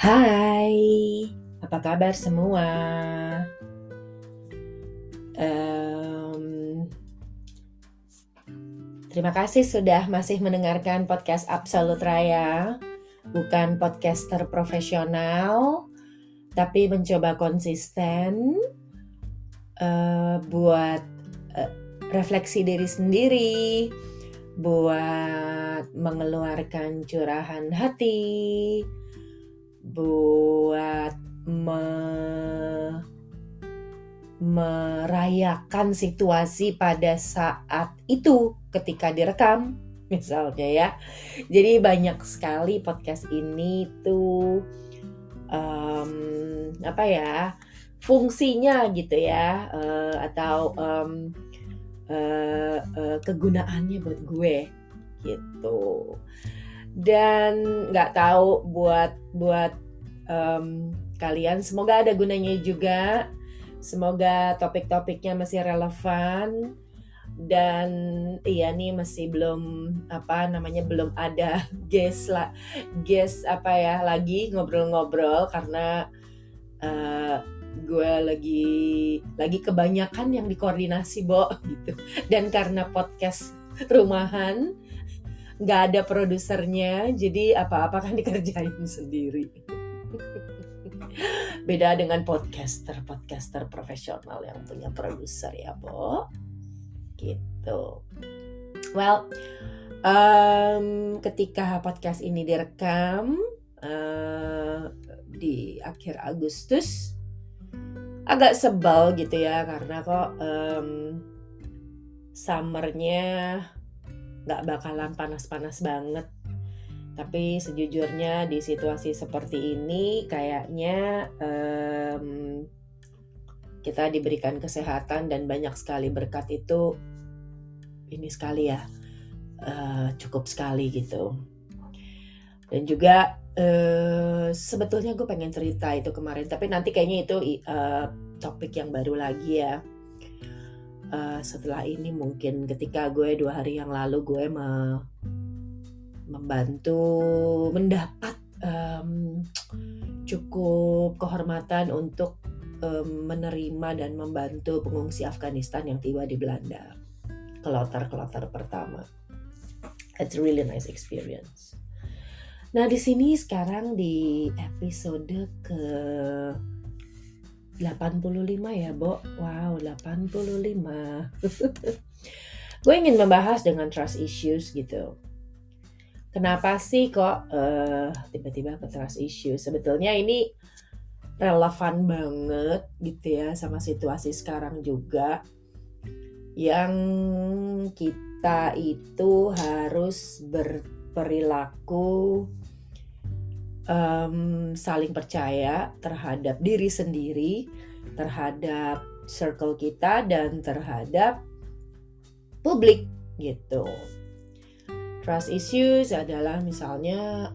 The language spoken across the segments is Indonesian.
Hai, apa kabar semua? Em, Terima kasih sudah masih mendengarkan podcast Absolut Raya. Bukan podcaster profesional, tapi mencoba konsisten buat refleksi diri sendiri, buat mengeluarkan curahan hati, buat merayakan situasi pada saat itu ketika direkam misalnya ya. Jadi banyak sekali podcast ini tuh fungsinya gitu ya, atau kegunaannya buat gue gitu. Dan nggak tahu buat kalian, semoga ada gunanya juga. Semoga topik-topiknya masih relevan. Dan iya nih masih belum belum ada guest lagi ngobrol-ngobrol karena gue lagi kebanyakan yang dikoordinasi gitu. Dan karena podcast rumahan nggak ada produsernya, jadi apa-apa kan dikerjain sendiri. Beda dengan podcaster profesional yang punya produser ya, Bo. Gitu. Well, ketika podcast ini direkam di akhir Agustus, agak sebel gitu ya, karena kok summernya gak bakalan panas-panas banget. Tapi sejujurnya di situasi seperti ini kayaknya kita diberikan kesehatan dan banyak sekali berkat itu ini sekali ya, cukup sekali gitu. Dan juga sebetulnya gue pengen cerita itu kemarin, tapi nanti kayaknya itu topik yang baru lagi ya. Setelah ini mungkin ketika gue 2 hari yang lalu gue mendapat cukup kehormatan untuk menerima dan membantu pengungsi Afghanistan yang tiba di Belanda, kloter pertama. It's a really nice experience. Nah, di sini sekarang di episode ke 85 ya, Bo. Wow, 85. Gue ingin membahas dengan trust issues gitu. Kenapa sih kok tiba-tiba ke trust issues? Sebetulnya ini relevan banget gitu ya sama situasi sekarang juga, yang kita itu harus berperilaku saling percaya terhadap diri sendiri, terhadap circle kita, dan terhadap publik gitu. Trust issues adalah misalnya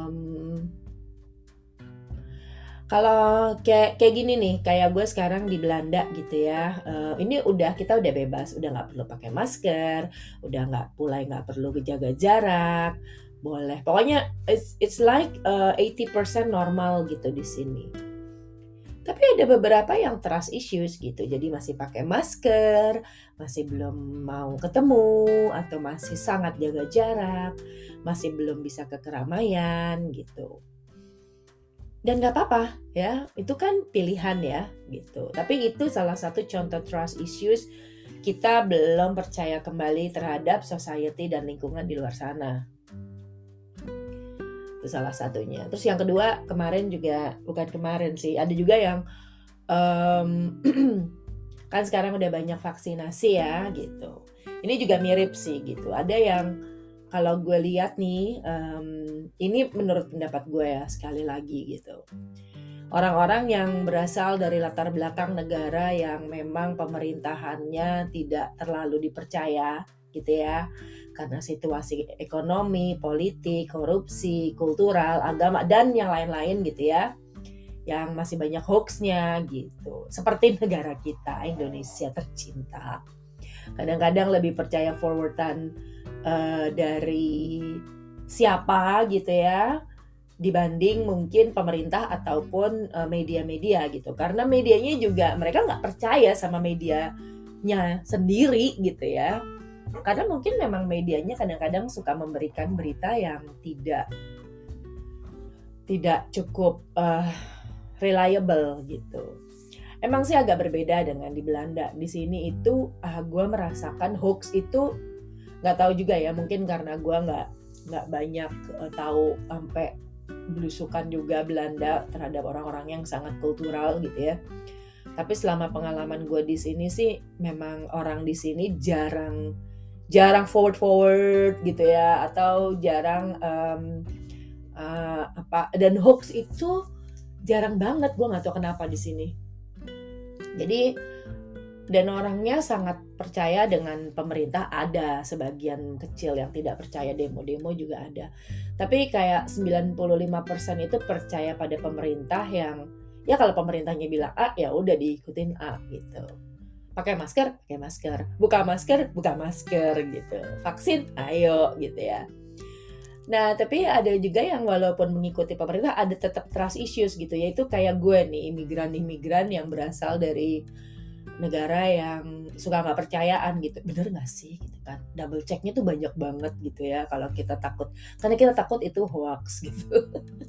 kalau kayak gini nih, kayak gue sekarang di Belanda gitu ya. Ini kita udah bebas, udah nggak perlu pakai masker, udah nggak perlu jaga jarak, boleh. Pokoknya it's like 80% normal gitu di sini. Tapi ada beberapa yang trust issues gitu, jadi masih pakai masker, masih belum mau ketemu, atau masih sangat jaga jarak, masih belum bisa ke keramaian gitu. Dan gak apa-apa ya, itu kan pilihan ya gitu. Tapi itu salah satu contoh trust issues, kita belum percaya kembali terhadap society dan lingkungan di luar sana. Itu salah satunya. Terus yang kedua, bukan kemarin sih, ada juga yang kan sekarang udah banyak vaksinasi ya gitu. Ini juga mirip sih gitu. Ada yang kalau gue lihat nih, ini menurut pendapat gue ya, sekali lagi gitu. Orang-orang yang berasal dari latar belakang negara yang memang pemerintahannya tidak terlalu dipercaya gitu ya, karena situasi ekonomi, politik, korupsi, kultural, agama, dan yang lain-lain gitu ya, yang masih banyak hoaxnya gitu. Seperti negara kita, Indonesia tercinta. Kadang-kadang lebih percaya forwardan dari siapa gitu ya, dibanding mungkin pemerintah ataupun media-media gitu. Karena medianya juga mereka nggak percaya sama medianya sendiri gitu ya. Karena mungkin memang medianya kadang-kadang suka memberikan berita yang tidak cukup reliable gitu. Emang sih agak berbeda dengan di Belanda. Di sini itu gue merasakan hoax itu nggak tahu juga ya, mungkin karena gue nggak banyak tahu sampai belusukan juga Belanda terhadap orang-orang yang sangat kultural gitu ya. Tapi selama pengalaman gue di sini sih memang orang di sini jarang forward gitu ya, atau jarang dan hoax itu jarang banget, gue nggak tahu kenapa di sini. Jadi dan orangnya sangat percaya dengan pemerintah, ada sebagian kecil yang tidak percaya, demo-demo juga ada. Tapi kayak 95% itu percaya pada pemerintah yang ya kalau pemerintahnya bilang A ya udah diikutin A gitu. Pakai masker, buka masker gitu. Vaksin, ayo gitu ya. Nah, tapi ada juga yang walaupun mengikuti pemerintah ada tetap trust issues gitu, yaitu kayak gue nih, imigran yang berasal dari negara yang suka nggak percayaan gitu, bener nggak sih gitu kan, double checknya tuh banyak banget gitu ya kalau kita takut, karena kita takut itu hoax gitu.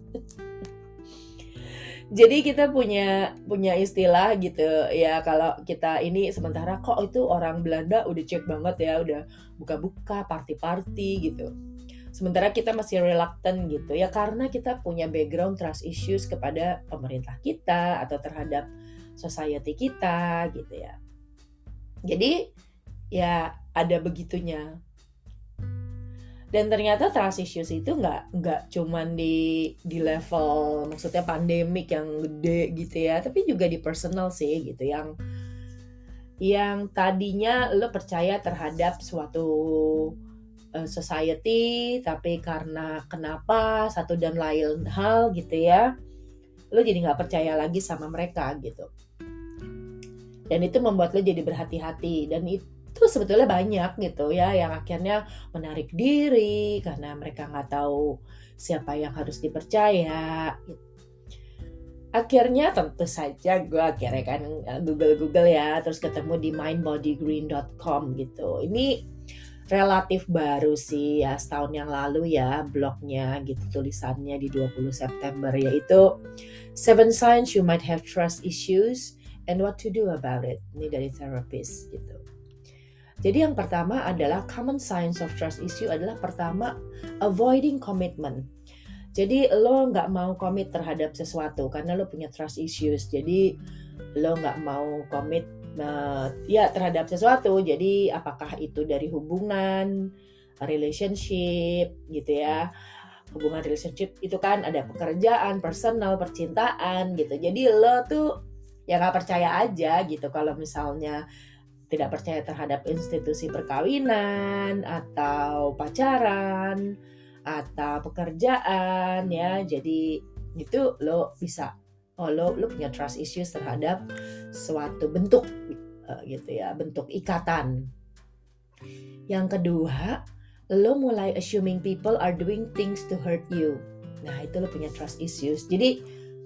Jadi kita punya istilah gitu ya, kalau kita ini sementara kok itu orang Belanda udah cek banget ya, udah buka-buka party gitu. Sementara kita masih reluctant gitu ya, karena kita punya background trust issues kepada pemerintah kita atau terhadap society kita gitu ya. Jadi ya ada begitunya. Dan ternyata trust issues itu nggak cuman di level maksudnya pandemik yang gede gitu ya, tapi juga di personal sih gitu, yang tadinya lo percaya terhadap suatu society, tapi karena kenapa satu dan lain hal gitu ya, lo jadi nggak percaya lagi sama mereka gitu. Dan itu membuat lo jadi berhati-hati, dan itu sebetulnya banyak gitu ya yang akhirnya menarik diri karena mereka nggak tahu siapa yang harus dipercaya gitu. Akhirnya tentu saja gue akhirnya kan Google ya, terus ketemu di mindbodygreen.com gitu. Ini relatif baru sih ya, setahun yang lalu ya blognya gitu, tulisannya di 20 September, yaitu 7 signs you might have trust issues and what to do about it. Ini dari therapist gitu. Jadi yang pertama adalah common signs of trust issue adalah pertama avoiding commitment. Jadi lo nggak mau komit terhadap sesuatu karena lo punya trust issues. Jadi lo nggak mau komit ya terhadap sesuatu. Jadi apakah itu dari hubungan, relationship gitu ya. Hubungan relationship itu kan ada pekerjaan, personal, percintaan gitu. Jadi lo tuh ya nggak percaya aja gitu kalau misalnya tidak percaya terhadap institusi perkawinan atau pacaran atau pekerjaan ya. Jadi itu lo bisa lo punya trust issues terhadap suatu bentuk gitu ya, bentuk ikatan. Yang kedua, lo mulai assuming people are doing things to hurt you. Nah, itu lo punya trust issues. Jadi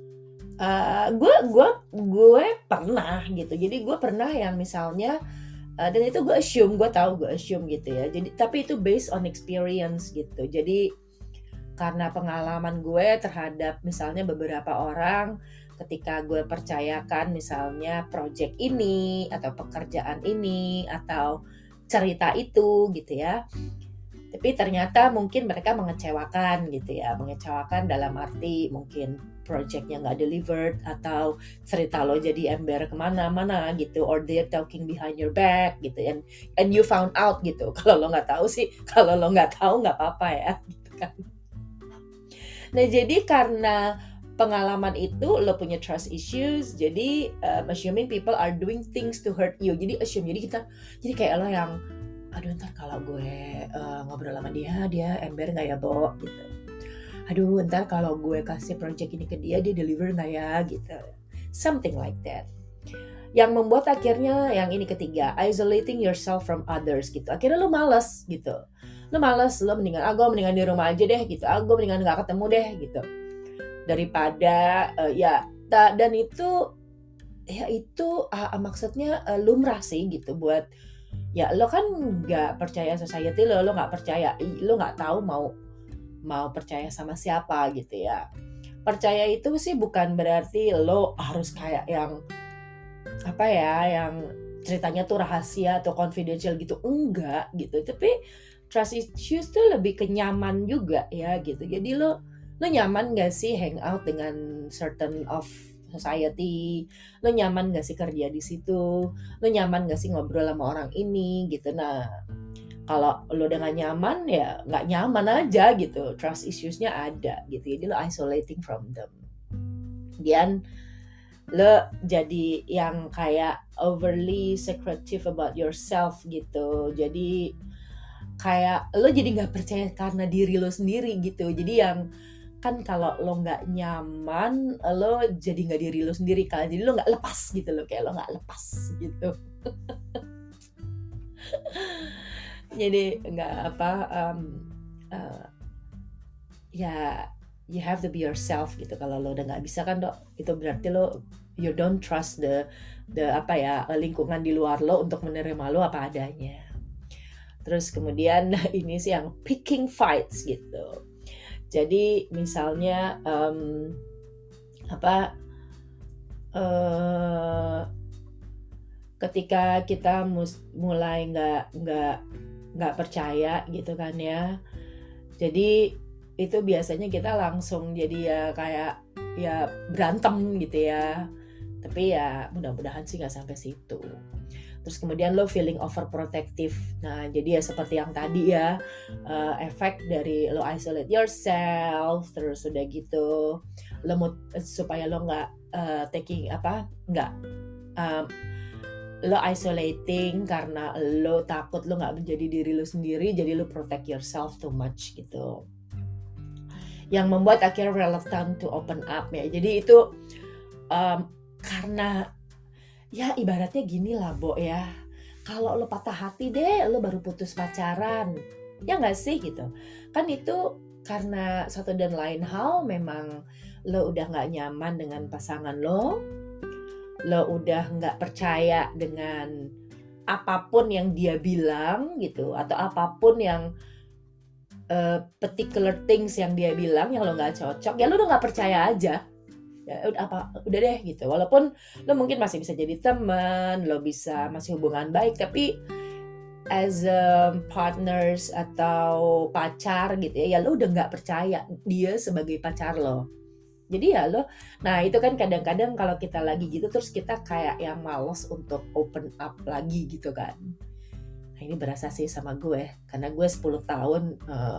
gue pernah gitu. Jadi gue pernah yang misalnya dan itu gue assume gitu ya. Jadi tapi itu based on experience gitu. Jadi karena pengalaman gue terhadap misalnya beberapa orang, ketika gue percayakan misalnya project ini atau pekerjaan ini atau cerita itu gitu ya, tapi ternyata mungkin mereka mengecewakan gitu ya, mengecewakan dalam arti mungkin projectnya nggak delivered atau cerita lo jadi ember kemana-mana gitu, or they're talking behind your back gitu, and you found out gitu. Kalau lo nggak tahu sih, kalau lo nggak tahu nggak apa-apa ya gitu kan. Nah jadi karena pengalaman itu lo punya trust issues, jadi assuming people are doing things to hurt you. Jadi assume, jadi kayak lo yang aduh ntar kalau gue ngobrol sama dia ember nggak ya Bo gitu. Aduh ntar kalau gue kasih project ini ke dia deliver nggak ya gitu. Something like that. Yang membuat akhirnya yang ini ketiga, isolating yourself from others gitu. Akhirnya lo malas gitu. Lo mendingan gue mendingan di rumah aja deh gitu. Gue mendingan nggak ketemu deh gitu. daripada dan itu ya itu maksudnya lumrah sih gitu buat ya lo kan nggak percaya society lo nggak percaya, lo nggak tahu mau percaya sama siapa gitu ya. Percaya itu sih bukan berarti lo harus kayak yang apa ya, yang ceritanya tuh rahasia atau confidential gitu, enggak gitu. Tapi trust issues tuh lebih ke nyaman juga ya gitu. Jadi lo nyaman gak sih hang out dengan certain of society? Lo nyaman gak sih kerja di situ? Lo nyaman gak sih ngobrol sama orang ini gitu? Nah, kalau lo udah gak nyaman ya gak nyaman aja gitu. Trust issues-nya ada gitu. Jadi lo isolating from them. Kemudian lo jadi yang kayak overly secretive about yourself gitu. Jadi kayak lo jadi nggak percaya karena diri lo sendiri gitu. Jadi yang kan kalau lo nggak nyaman, lo jadi nggak diri lo sendiri kan. Jadi lo nggak lepas gitu lo, kayak lo nggak lepas gitu. Jadi nggak apa, ya you have to be yourself gitu. Kalau lo udah nggak bisa kan dok, itu berarti lo you don't trust the apa ya, lingkungan di luar lo untuk menerima lo apa adanya. Terus kemudian ini sih yang picking fights gitu. Jadi misalnya ketika kita mulai nggak percaya gitu kan ya. Jadi itu biasanya kita langsung jadi ya kayak ya berantem gitu ya. Tapi ya mudah-mudahan sih nggak sampai situ. Terus kemudian lo feeling overprotective. Nah jadi ya seperti yang tadi ya, efek dari lo isolate yourself, terus udah gitu lo supaya lo nggak lo isolating karena lo takut lo nggak menjadi diri lo sendiri, jadi lo protect yourself too much gitu. Yang membuat akhirnya reluctant to open up ya. Jadi itu karena ya ibaratnya gini lah Bo ya, kalau lo patah hati deh lo baru putus pacaran, ya nggak sih gitu. Kan itu karena satu dan lain hal memang lo udah nggak nyaman dengan pasangan lo udah nggak percaya dengan apapun yang dia bilang gitu, atau apapun yang particular things yang dia bilang yang lo nggak cocok, ya lo udah nggak percaya aja. Ya udah deh gitu. Walaupun lo mungkin masih bisa jadi teman, lo bisa masih hubungan baik, tapi as partners atau pacar gitu ya lo udah nggak percaya dia sebagai pacar lo. Jadi ya lo, nah itu kan kadang-kadang kalau kita lagi gitu terus kita kayak yang males untuk open up lagi gitu kan. Nah ini berasa sih sama gue, karena gue 10 tahun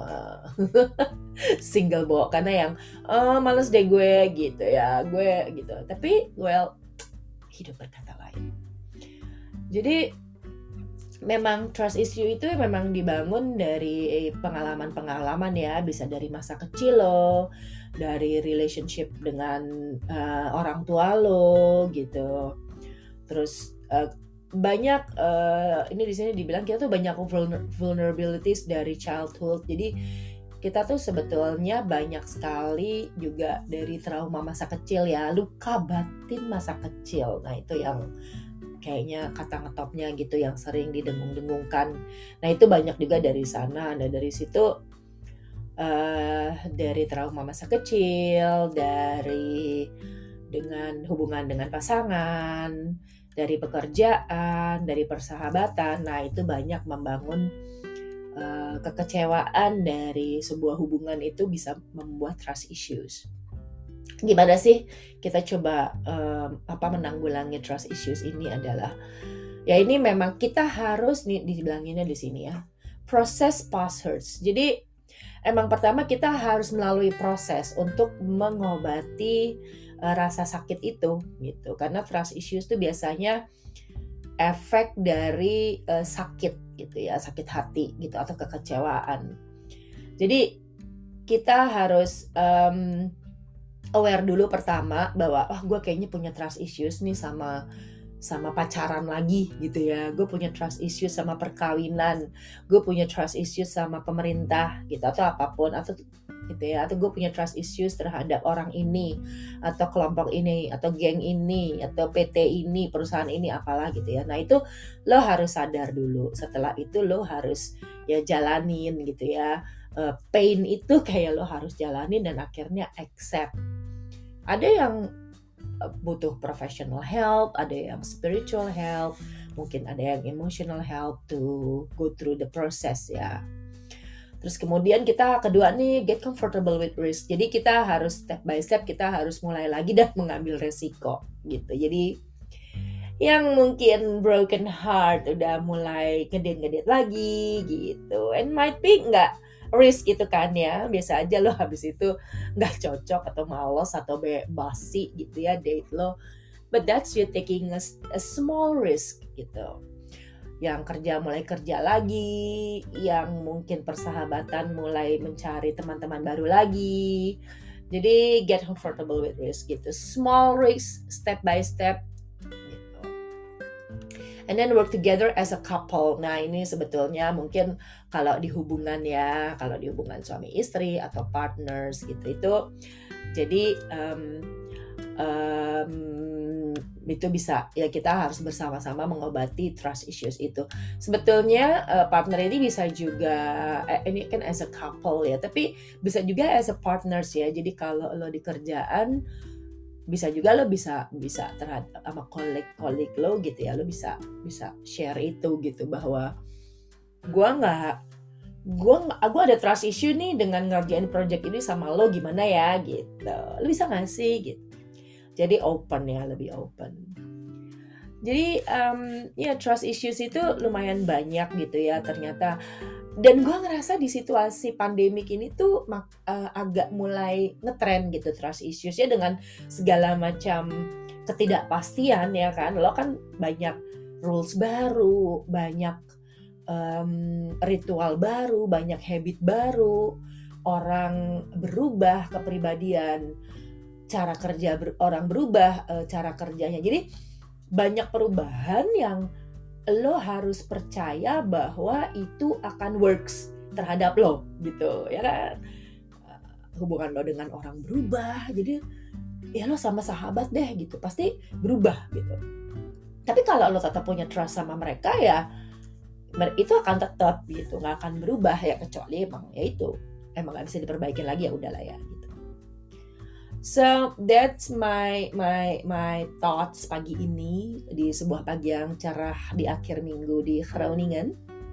single Bo, karena yang males deh gue gitu ya, gue gitu. Tapi well, hidup berkata lain. Jadi memang trust issue itu memang dibangun dari pengalaman-pengalaman ya, bisa dari masa kecil lo, dari relationship dengan orang tua lo gitu. Terus banyak ini di sini dibilang kita tuh banyak vulnerabilities dari childhood. Jadi kita tuh sebetulnya banyak sekali juga dari trauma masa kecil ya, luka batin masa kecil. Nah itu yang kayaknya kata ngetopnya gitu yang sering didengung-dengungkan. Nah itu banyak juga dari sana. Nah dari situ dari trauma masa kecil, dari dengan hubungan dengan pasangan, dari pekerjaan, dari persahabatan. Nah itu banyak membangun kekecewaan dari sebuah hubungan, itu bisa membuat trust issues. Gimana sih kita coba menanggulangi trust issues ini adalah ya ini memang kita harus nih dibilanginnya di sini ya, process past hurts. Jadi emang pertama kita harus melalui proses untuk mengobati rasa sakit itu gitu, karena trust issues itu biasanya efek dari sakit gitu ya, sakit hati gitu atau kekecewaan. Jadi kita harus aware dulu pertama bahwa gue kayaknya punya trust issues nih sama sama pacaran lagi gitu ya. Gue punya trust issues sama perkawinan. Gue punya trust issues sama pemerintah gitu atau apapun atau gitu ya. Atau gue punya trust issues terhadap orang ini atau kelompok ini atau geng ini atau PT ini, perusahaan ini apalah gitu ya. Nah, itu lo harus sadar dulu. Setelah itu lo harus ya jalanin gitu ya. Pain itu kayak lo harus jalanin dan akhirnya accept. Ada yang butuh professional help, ada yang spiritual help, mungkin ada yang emotional help to go through the process ya. Terus kemudian kita kedua nih get comfortable with risk. Jadi kita harus step by step kita harus mulai lagi dan mengambil resiko gitu. Jadi yang mungkin broken heart udah mulai ngedit-ngedit lagi gitu. And might be nggak risk gitu kan ya, biasa aja lo habis itu nggak cocok atau malas atau basi gitu ya date lo, but that's you taking a small risk gitu. Yang kerja mulai kerja lagi, yang mungkin persahabatan mulai mencari teman-teman baru lagi. Jadi get comfortable with risk gitu, small risk step by step gitu. And then work together as a couple. Nah, ini sebetulnya mungkin kalau di hubungan ya, kalau di hubungan suami istri atau partners gitu itu, jadi itu bisa ya kita harus bersama-sama mengobati trust issues itu. Sebetulnya partner ini bisa juga ini kan as a couple ya, tapi bisa juga as a partners ya. Jadi kalau lo di kerjaan bisa juga lo bisa terhadap sama kolik lo gitu ya, lo bisa share itu gitu bahwa gue ada trust issue nih dengan ngerjain project ini sama lo, gimana ya gitu, lo bisa nggak sih gitu. Jadi open ya, lebih open. Jadi ya trust issues itu lumayan banyak gitu ya ternyata. Dan gue ngerasa di situasi pandemik ini tuh agak mulai ngetrend gitu trust issues ya, dengan segala macam ketidakpastian ya kan. Lo kan banyak rules baru, banyak ritual baru, banyak habit baru, orang berubah kepribadian, cara kerja orang berubah cara kerjanya. Jadi banyak perubahan yang lo harus percaya bahwa itu akan works terhadap lo gitu ya kan. Hubungan lo dengan orang berubah, jadi ya lo sama sahabat deh gitu pasti berubah gitu. Tapi kalau lo tetap punya trust sama mereka ya itu akan tetap gitu, nggak akan berubah ya, kecuali emang ya itu emang nggak bisa diperbaiki lagi, ya udahlah ya gitu. So that's my thoughts pagi ini di sebuah pagi yang cerah di akhir minggu di Groningen.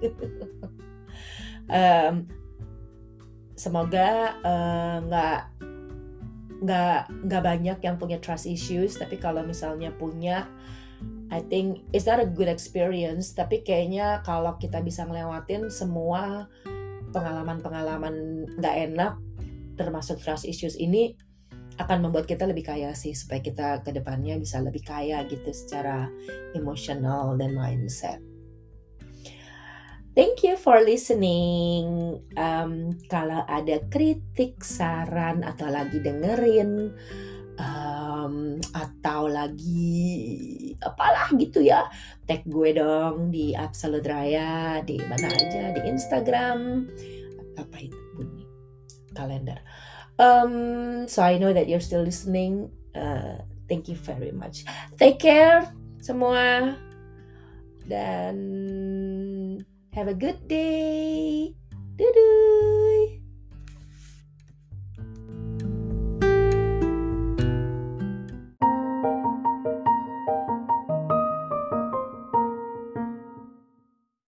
Semoga nggak banyak yang punya trust issues, tapi kalau misalnya punya, I think it's not a good experience. Tapi kayaknya kalau kita bisa ngelewatin semua pengalaman-pengalaman nggak enak, termasuk trust issues ini, akan membuat kita lebih kaya sih, supaya kita ke depannya bisa lebih kaya gitu secara emosional dan mindset. Thank you for listening. Kalau ada kritik, saran, atau lagi dengerin, atau lagi apalah gitu ya, tag gue dong di Absolute Raya, di mana aja, di Instagram, apa itu bunyi kalender. So I know that you're still listening. Thank you very much. Take care semua dan have a good day. Dadah.